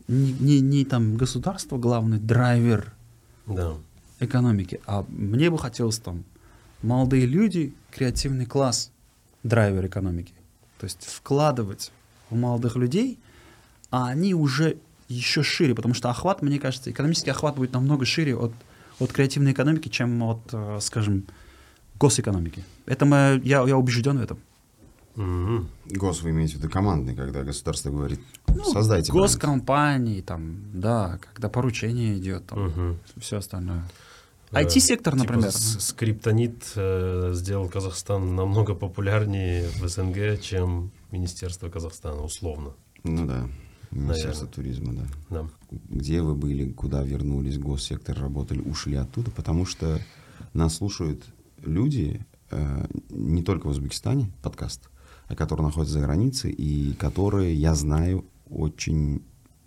не, не, не там государство главный драйвер Да. экономики, а мне бы хотелось там молодые люди, креативный класс, драйвер экономики. То есть вкладывать в молодых людей, а они уже еще шире, потому что охват, мне кажется, экономический охват будет намного шире от, от креативной экономики, чем от, э, скажем, госэкономики. Это мы, я, я убежден в этом. Мгм. Гос вы имеете в виду командный, когда государство говорит, Ну, создайте бренд. госкомпании, там, да, когда поручение идет, там, Мгм. все остальное. Э, ай ти-сектор, типа например. с- Скриптонит э, сделал Казахстан намного популярнее в СНГ, чем Министерство Казахстана, условно. Ну да, Министерство Наверное. туризма, да. Да. Где вы были, куда вернулись, госсектор работали, ушли оттуда, потому что нас слушают люди э, не только в Узбекистане, подкаст, а которые находятся за границей и которые, я знаю, очень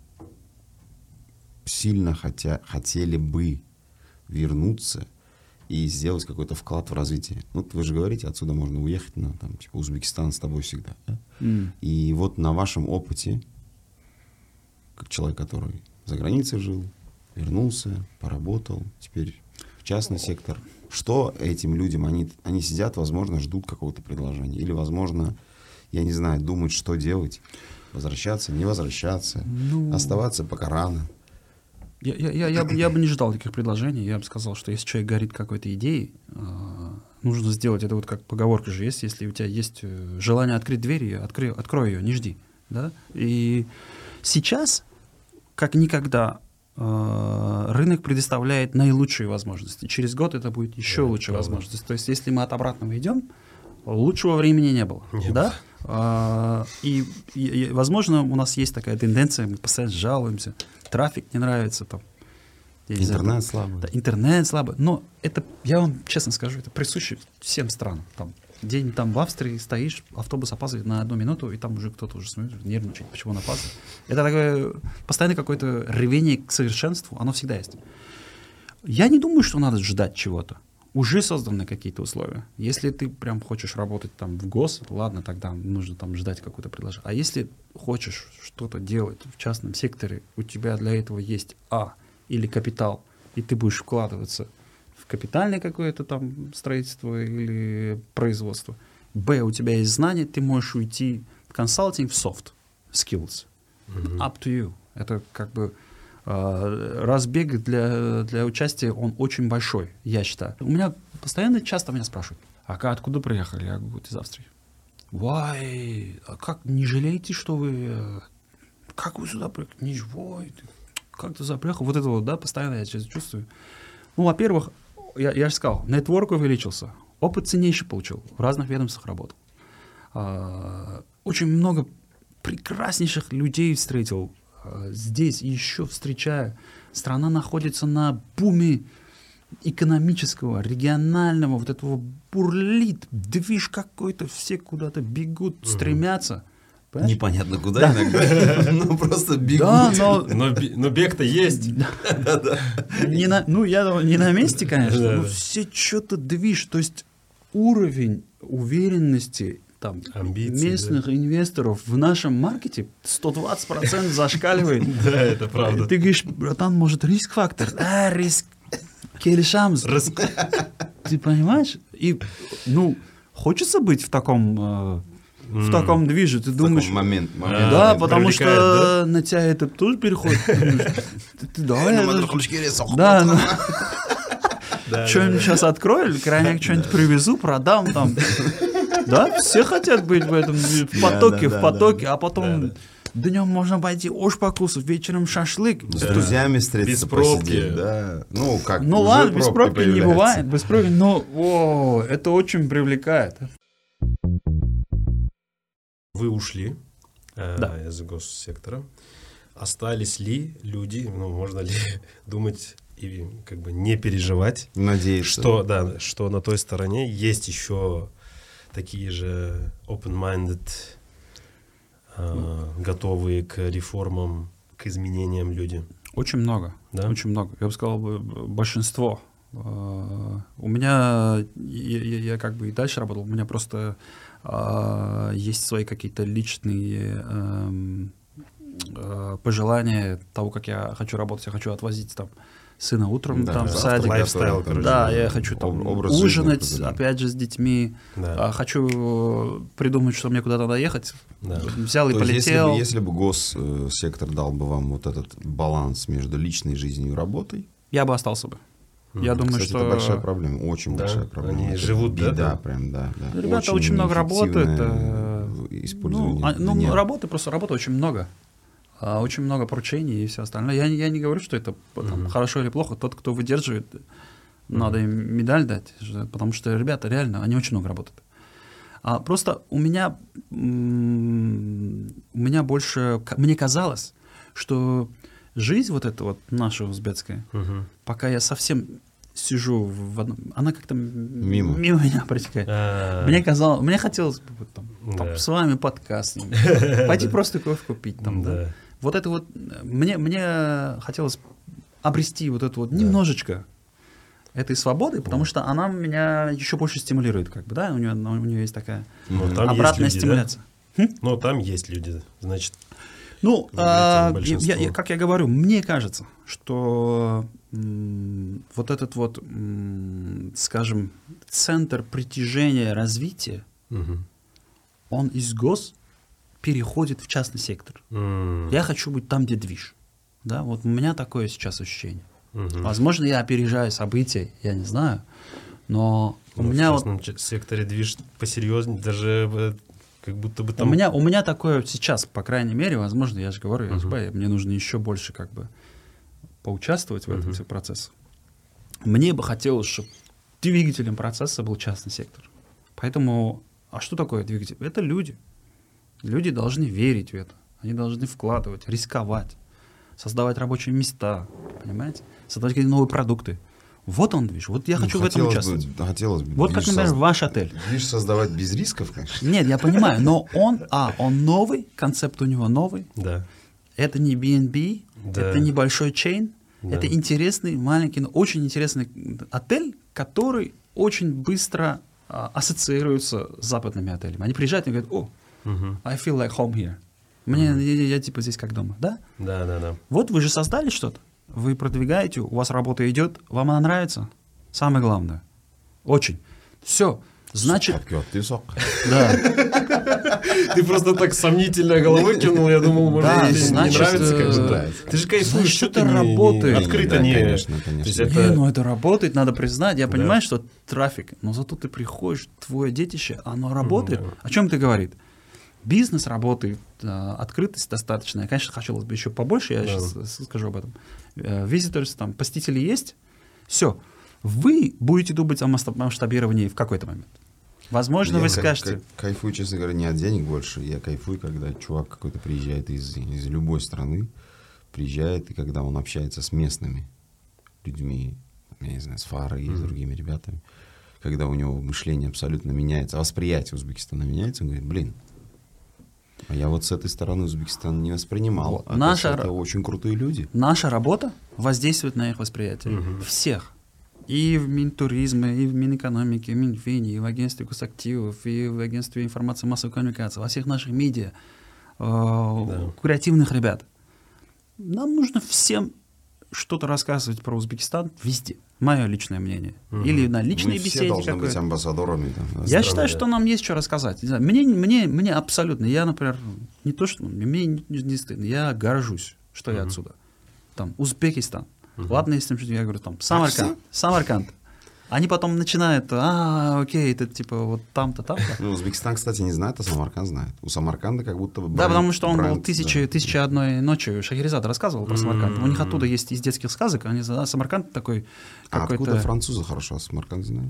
сильно хотя, хотели бы вернуться и сделать какой-то вклад в развитие. Ну, вы же говорите, отсюда можно уехать, на там, типа, Узбекистан с тобой всегда. Да? М. И вот на вашем опыте, как человек, который за границей жил, вернулся, поработал, теперь в частный сектор, что этим людям, они, они сидят, возможно, ждут какого-то предложения, или, возможно, я не знаю, думают, что делать, возвращаться, не возвращаться, Ну, оставаться пока рано. Я, я, я, я, бы, я бы не ждал таких предложений. Я бы сказал, что если человек горит какой-то идеей, э, нужно сделать это, вот как поговорка же есть, если у тебя есть э, желание открыть дверь, открой, открой ее, не жди. Да? И сейчас, как никогда, э, рынок предоставляет наилучшие возможности. Через год это будет еще Да, лучшие правда. возможности. То есть если мы от обратного идем, лучшего времени не было. Не да? А, и, и, и, возможно, у нас есть такая тенденция, мы постоянно жалуемся, трафик не нравится, там, я не знаю, Интернет там, слабый. да, интернет слабый. Но это, я вам честно скажу, это присуще всем странам. Там, день там в Австрии стоишь, автобус опаздывает на одну минуту, и там уже кто-то уже смотрит, нервничает, почему он опаздывает. Это такое постоянно какое-то рвение к совершенству, оно всегда есть. Я не думаю, что надо ждать чего-то. Уже созданы какие-то условия. Если ты прям хочешь работать там в гос, ладно, тогда нужно там ждать какое-то предложение. А если хочешь что-то делать в частном секторе, у тебя для этого есть А, или капитал, и ты будешь вкладываться в капитальное какое-то там строительство или производство. Б, у тебя есть знания, ты можешь уйти в консалтинг, в soft skills. Мгм. Up to you. Это как бы э, разбег для, для участия, он очень большой, я считаю. У меня постоянно часто меня спрашивают, а как, откуда приехали? Я говорю, из Австрии. Why? А как, не жалеете, что вы... э, Как вы сюда приехали? Ничего. Как ты сюда приехал? Вот это вот, да, постоянно я сейчас чувствую. Ну, во-первых, я, я же сказал, нетворк увеличился, опыт ценнейший получил, в разных ведомствах работал. А, очень много прекраснейших людей встретил а, здесь и еще встречаю. Страна находится на буме экономического, регионального, вот этого бурлит, движ какой-то, все куда-то бегут, стремятся. Понимаешь? Непонятно куда иногда, но просто бегут. Да, но Но, би- но бег-то есть. не на, ну, я думаю, не на месте, конечно, Да, но да. все что-то движ, то есть уровень уверенности там, Амбиции, местных инвесторов в нашем маркете сто двадцать процентов зашкаливает. Да, это правда. Ты говоришь, братан, может, риск-фактор? А, риск. Келишамс. Ты понимаешь? И, ну, хочется быть в таком, э, в М. таком движе. Ты В думаешь, таком момент, А, момент. да, это потому привлекает, что на тебя это тоже переходит. Ты думаешь, ты- ты давай, Ну, я мы даже- только через охоту. Да, ну, Да, что-нибудь сейчас открою, или крайняк что-нибудь привезу, продам там. Да, все хотят быть в этом, в потоке, да, в да, потоке, да. а потом днем можно пойти ош покусать, вечером шашлык. С Это- друзьями встретиться, Без пробки. посидеть, да. Ну, как, Ну уже ладно, без пробки пробки не появляются. бывает, без пробки, но о, это очень привлекает. Вы ушли э, Да. из госсектора. Остались ли люди, ну, можно ли думать и как бы не переживать, Надеюсь, что, да, что на той стороне есть еще такие же open-minded, э, готовые к реформам, к изменениям люди. Очень много, Да? очень много. Я бы сказал, бы, большинство. А, У меня, я, я- я как бы и дальше работал, у меня просто а, есть свои какие-то личные эм, э, пожелание того, как я хочу работать. Я хочу отвозить там сына утром Да, там, да, в садик. лайфстайл, короче. Да, я хочу там Образ ужинать, жизни, опять же, с детьми. Да. А, хочу придумать, что мне куда-то надо ехать. Да. Взял и То есть, полетел. если бы, если бы госсектор дал бы вам вот этот баланс между личной жизнью и работой, Я бы остался бы. Я М, думаю, кстати, что... это большая проблема, очень Да? большая проблема. Они Это живут, да, беда, там? прям, да, да. Ребята очень много работают. неэффективное э, использование Ну, а- ну, дня. работы, просто работы очень много. А, очень много поручений и все остальное. Я, не- я не говорю, что это там, Мгм. хорошо или плохо. Тот, кто выдерживает, надо им медаль дать. что- Потому что ребята реально, они очень много работают. А просто у меня, м, у меня больше, к- мне казалось, что жизнь вот эта вот наша узбекская, Мгм. пока я совсем сижу в одном, она как-то м- Мимо. мимо меня протекает. А, Мне казалось, мне хотелось бы вот там, там Да. с вами подкаст, снимать, пойти просто кофе купить там, да. Да. Вот это вот э, мне мне хотелось обрести вот это вот немножечко этой свободы, потому что она меня еще больше стимулирует, как бы, да, у нее у нее есть такая Ну, там обратная есть люди, да? стимуляция. Ну, там есть люди, значит, Ну, Является а, большинство. я- я- как я говорю, мне кажется, что м, вот этот вот, м, скажем, центр притяжения развития, мгм. он из гос переходит в частный сектор. М, Я хочу быть там, где движ. Да, вот у меня такое сейчас ощущение. мгм. Возможно, я опережаю события, я не знаю, но у Ну, меня в вот частном ч- секторе движ посерьезнее, даже э, как будто бы У там... меня, у меня такое сейчас, по крайней мере, возможно, я же говорю, я Мгм. же боюсь, мне нужно еще больше как бы поучаствовать в этом Мгм. всем процессе. Мне бы хотелось, чтобы двигателем процесса был частный сектор. Поэтому, а что такое двигатель? Это люди. Люди должны верить в это. Они должны вкладывать, рисковать, создавать рабочие места, понимаете? Создавать какие-то новые продукты. Вот он движ. Вот я Ну, хочу в этом хотелось участвовать. бы- хотелось бы Вот как, движ например, созд- ваш отель. Движ создавать без рисков, конечно. Нет, я понимаю, но он, а, он новый, концепт у него новый. Да. Это не би энд би, Да. это небольшой чейн, Да. это интересный, маленький, но очень интересный отель, который очень быстро а, ассоциируется с западными отелями. Они приезжают и говорят: о, Мгм. I feel like home here. Мне, я, я типа здесь как дома, да? Да, да, да. Вот вы же создали что-то, вы продвигаете, у вас работа идет, вам она нравится. Самое главное. Очень. Все. Значит, Ты сок. да. Ты просто так сомнительно головой кинул, я думал, может, Да, тебе не значит, нравится, как бы, э, да. Ты же кайфуешь, значит, что это ты не- не- работает. открыто Да, не... конечно, То конечно. есть Не, это... ну это работает, надо признать. Я Да. понимаю, что трафик, но зато ты приходишь, твое детище, оно работает. да. О чем это говорит? Бизнес работает, а, открытость достаточная. Конечно, хотелось бы еще побольше, я Да. сейчас скажу об этом. Визиторс, там, посетители есть, все. Вы будете думать о масштаб- масштабировании в какой-то момент. Возможно, Я вы кай- скажете, кай- Кайфую, честно говоря, не от денег больше. Я кайфую, когда чувак какой-то приезжает из, из любой страны, приезжает, и когда он общается с местными людьми, я не знаю, с Фарой и с другими ребятами, когда у него мышление абсолютно меняется, восприятие Узбекистана меняется, он говорит: блин, а я вот с этой стороны Узбекистан не воспринимал. Вот. А Наша это ра- очень крутые люди. наша работа воздействует на их восприятие. Мгм. Всех. И в Минтуризме, и в Минэкономике, и в Минфине, и в агентстве госактивов, и в агентстве информации и массовой коммуникации, во всех наших медиа, э, креативных ребят. Нам нужно всем что-то рассказывать про Узбекистан везде. Мое личное мнение. Мгм. Или на личной Мы все беседе должны быть какой-то. амбассадорами. там, да, Я страны. считаю, что нам есть что рассказать. Не знаю, Мне, мне, мне абсолютно, я, например, не то, что мне не, не стыдно, я горжусь, что я Мгм. отсюда. Там, Узбекистан. Мгм. Ладно, если я говорю, там, Самарканд. Самарканд. Они потом начинают, а, окей, это типа вот там-то, там-то. Ну, Узбекистан, кстати, не знает, а Самарканд знает. У Самарканда как будто бы Да, бренд- потому что он был бренд, тысячи, да. тысяча одной ночи. Шахерезад рассказывал про Самарканд. У них М. оттуда есть из детских сказок. Они за а, Самарканд такой А откуда какой-то. французы хорошо а Самарканд знают?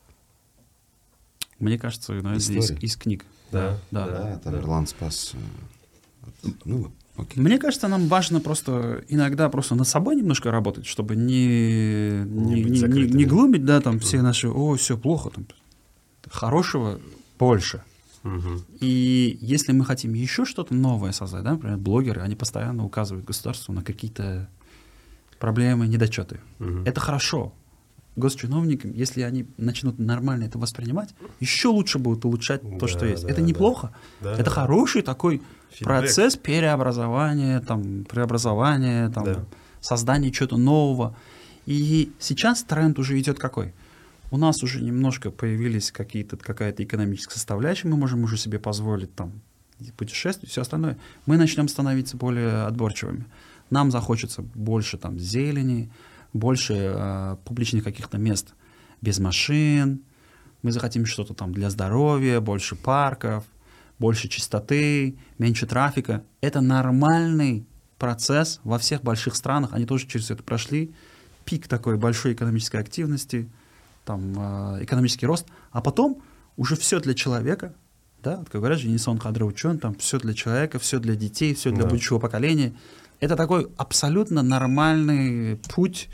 Мне кажется, ну, это из, История. из книг. Да, Да. Да, там Ирланд спас. э, Ну, окей. Мне кажется, нам важно просто иногда просто над собой немножко работать, чтобы не, Не не, быть не, не, закрытыми. не глумить, да, там все наши, о, все плохо, там, хорошего больше. Мгм. И если мы хотим еще что-то новое создать, да, например, блогеры, они постоянно указывают государству на какие-то проблемы, недочеты. Мгм. Это хорошо. Госчиновникам, если они начнут нормально это воспринимать, еще лучше будут улучшать то, Да, что есть. да, это да. неплохо. Да. Это хороший такой Процесс переобразования, там, преобразования, там, Да. создания чего-то нового. И сейчас тренд уже идет какой? У нас уже немножко появились какие-то, какая-то экономическая составляющая, мы можем уже себе позволить там путешествовать, все остальное. Мы начнем становиться более отборчивыми. Нам захочется больше там зелени, больше э, публичных каких-то мест без машин. Мы захотим что-то там для здоровья, больше парков, больше чистоты, меньше трафика. Это нормальный процесс во всех больших странах. Они тоже через это прошли. Пик такой большой экономической активности, там, э, экономический рост. А потом уже все для человека. Да, как говорят же, инсон кадры учен, там все для человека, все для детей, все для Да. будущего поколения. Это такой абсолютно нормальный путь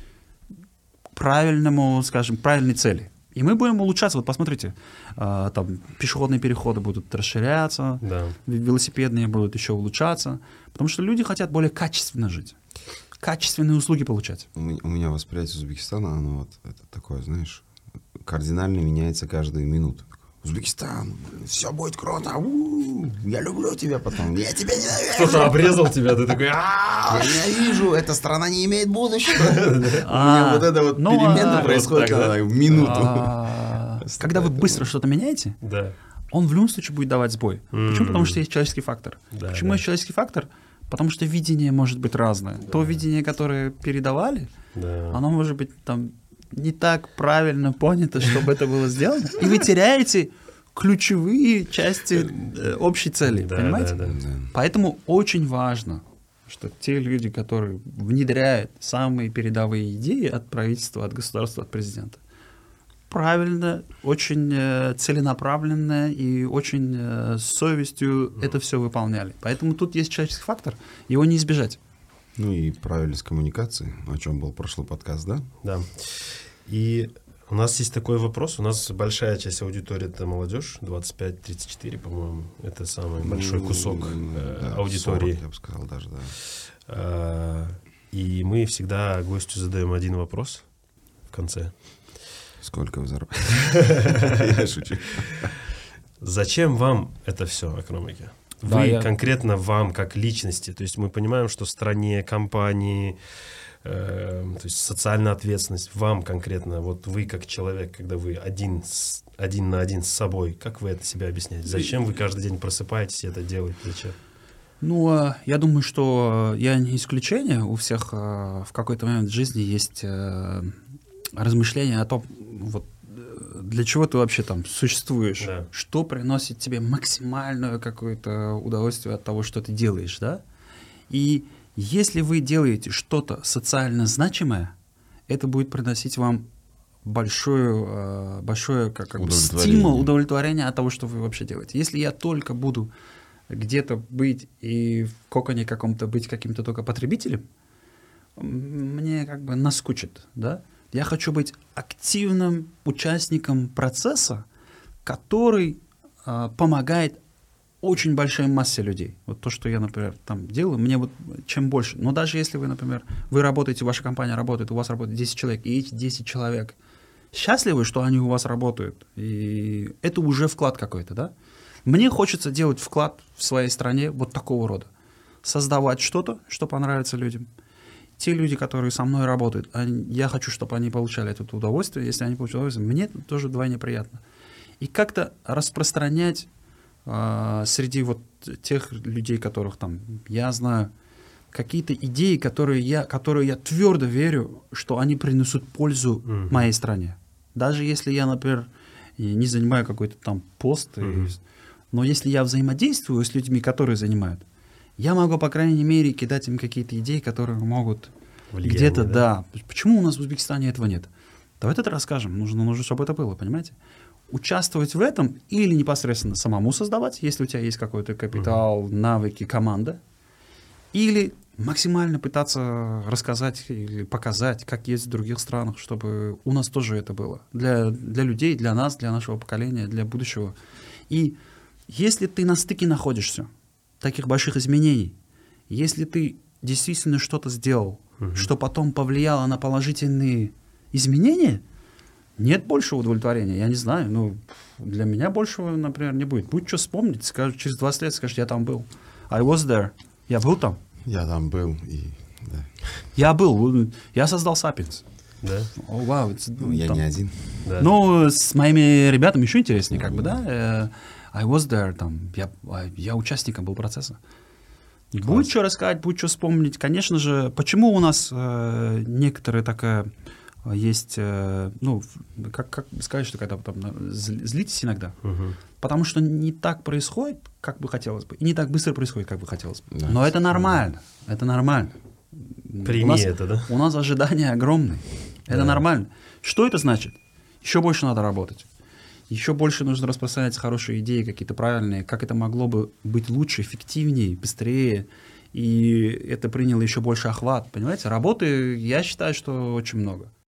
к правильному, скажем, правильной цели. И мы будем улучшаться. Вот посмотрите, э, там пешеходные переходы будут расширяться, Да. велосипедные будут еще улучшаться, потому что люди хотят более качественно жить, качественные услуги получать. У меня, у меня восприятие Узбекистана, оно вот это такое, знаешь, кардинально меняется каждую минуту. Узбекистан, все будет круто, у-у-у, я люблю тебя потом, я тебя ненавижу. Кто-то обрезал тебя, ты такой, «А-а-а!» Я ненавижу, эта страна не имеет будущего. У меня А, вот это вот ну, перемена а, происходит вот так, да. а, в минуту. А, Когда вы быстро что-то меняете, Да. он в любом случае будет давать сбой. Почему? М. Потому что есть человеческий фактор. Да, Почему да. есть человеческий фактор? Потому что видение может быть разное. То видение, которое передавали, Да. оно может быть там не так правильно понято, чтобы это было сделано. И вы теряете ключевые части э, общей цели. Да, Понимаете? да, да. Да. Поэтому очень важно, что те люди, которые внедряют самые передовые идеи от правительства, от государства, от президента, правильно, очень э, целенаправленно и очень э, с совестью это все выполняли. Поэтому тут есть человеческий фактор, его не избежать. Ну и правильность коммуникации, о чем был прошлый подкаст, да? Да. И у нас есть такой вопрос. У нас большая часть аудитории — это молодежь, двадцать пять тридцать четыре, по-моему. Это самый большой Ну, кусок да, э, аудитории. сорок, я бы сказал даже, да. А, И мы всегда гостю задаем один вопрос в конце. Сколько вы зарабатываете? Я шучу. Зачем вам это все, Акромеке? Да, Вы, я- конкретно вам, как личности. То есть мы понимаем, что в стране, компании, э, то есть социальная ответственность, вам конкретно, вот вы как человек, когда вы один, с- один на один с собой, как вы это себе объясняете? Зачем вы каждый день просыпаетесь и это делаете? Зачем? Ну, а, я думаю, что я не исключение. У всех а, в какой-то момент в жизни есть э, размышления о том, вот, э, для чего ты вообще там существуешь, Да. что приносит тебе максимальное какое-то удовольствие от того, что ты делаешь, да? И если вы делаете что-то социально значимое, это будет приносить вам большое, э, большое как, как бы Удовлетворение. стимул, удовлетворение от того, что вы вообще делаете. Если я только буду где-то быть и в коконе каком-то быть каким-то только потребителем, м, мне как бы наскучит, да? Я хочу быть активным участником процесса, который а, помогает очень большой массе людей. Вот то, что я, например, там делаю, мне вот чем больше. Но даже если вы, например, вы работаете, ваша компания работает, у вас работает десять человек, и эти десять человек счастливы, что они у вас работают, и это уже вклад какой-то, да? Мне хочется делать вклад в своей стране вот такого рода. Создавать что-то, что понравится людям. Те люди, которые со мной работают, они, я хочу, чтобы они получали это удовольствие. Если они получают удовольствие, мне это тоже вдвойне приятно. И как-то распространять э, среди вот тех людей, которых там я знаю, какие-то идеи, которые я, которые я твердо верю, что они принесут пользу Мгм. моей стране. Даже если я, например, и не занимаю какой-то там пост, и- Мгм. но если я взаимодействую с людьми, которые занимают, я могу, по крайней мере, кидать им какие-то идеи, которые могут Влияние, где-то, да? да. Почему у нас в Узбекистане этого нет? Давайте это расскажем. Нужно, нужно, чтобы это было, понимаете? Участвовать в этом или непосредственно самому создавать, если у тебя есть какой-то капитал, навыки, команда, или максимально пытаться рассказать или показать, как есть в других странах, чтобы у нас тоже это было. Для, для людей, для нас, для нашего поколения, для будущего. И если ты на стыке находишься таких больших изменений, если ты действительно что-то сделал, Мгм. что потом повлияло на положительные изменения, нет большего удовлетворения. Я не знаю, ну, для меня большего, например, не будет. Будет что вспомнить, скажут, через двадцать лет скажешь, я там был. I was there. Я был там. Я там был, и, да. Я был, я создал Sapiens. Да? О, вау, Ну, я там. не один. Да. Ну, с моими ребятами еще интереснее, как бы, да. Э, I was there, там, я, я участником был процесса. Будет что рассказать, будет что вспомнить. Конечно же, почему у нас э, некоторые такая есть, э, ну, как, как сказать, что когда там злитесь иногда, Угу. потому что не так происходит, как бы хотелось бы, и не так быстро происходит, как бы хотелось бы. Да. Но это нормально, это нормально. Прими у нас, это, да? У нас ожидания огромные. Это Да. нормально. Что это значит? Еще больше надо работать. Еще больше нужно распространять хорошие идеи, какие-то правильные, как это могло бы быть лучше, эффективнее, быстрее. И это приняло еще больше охват. Понимаете, работы, я считаю, что очень много.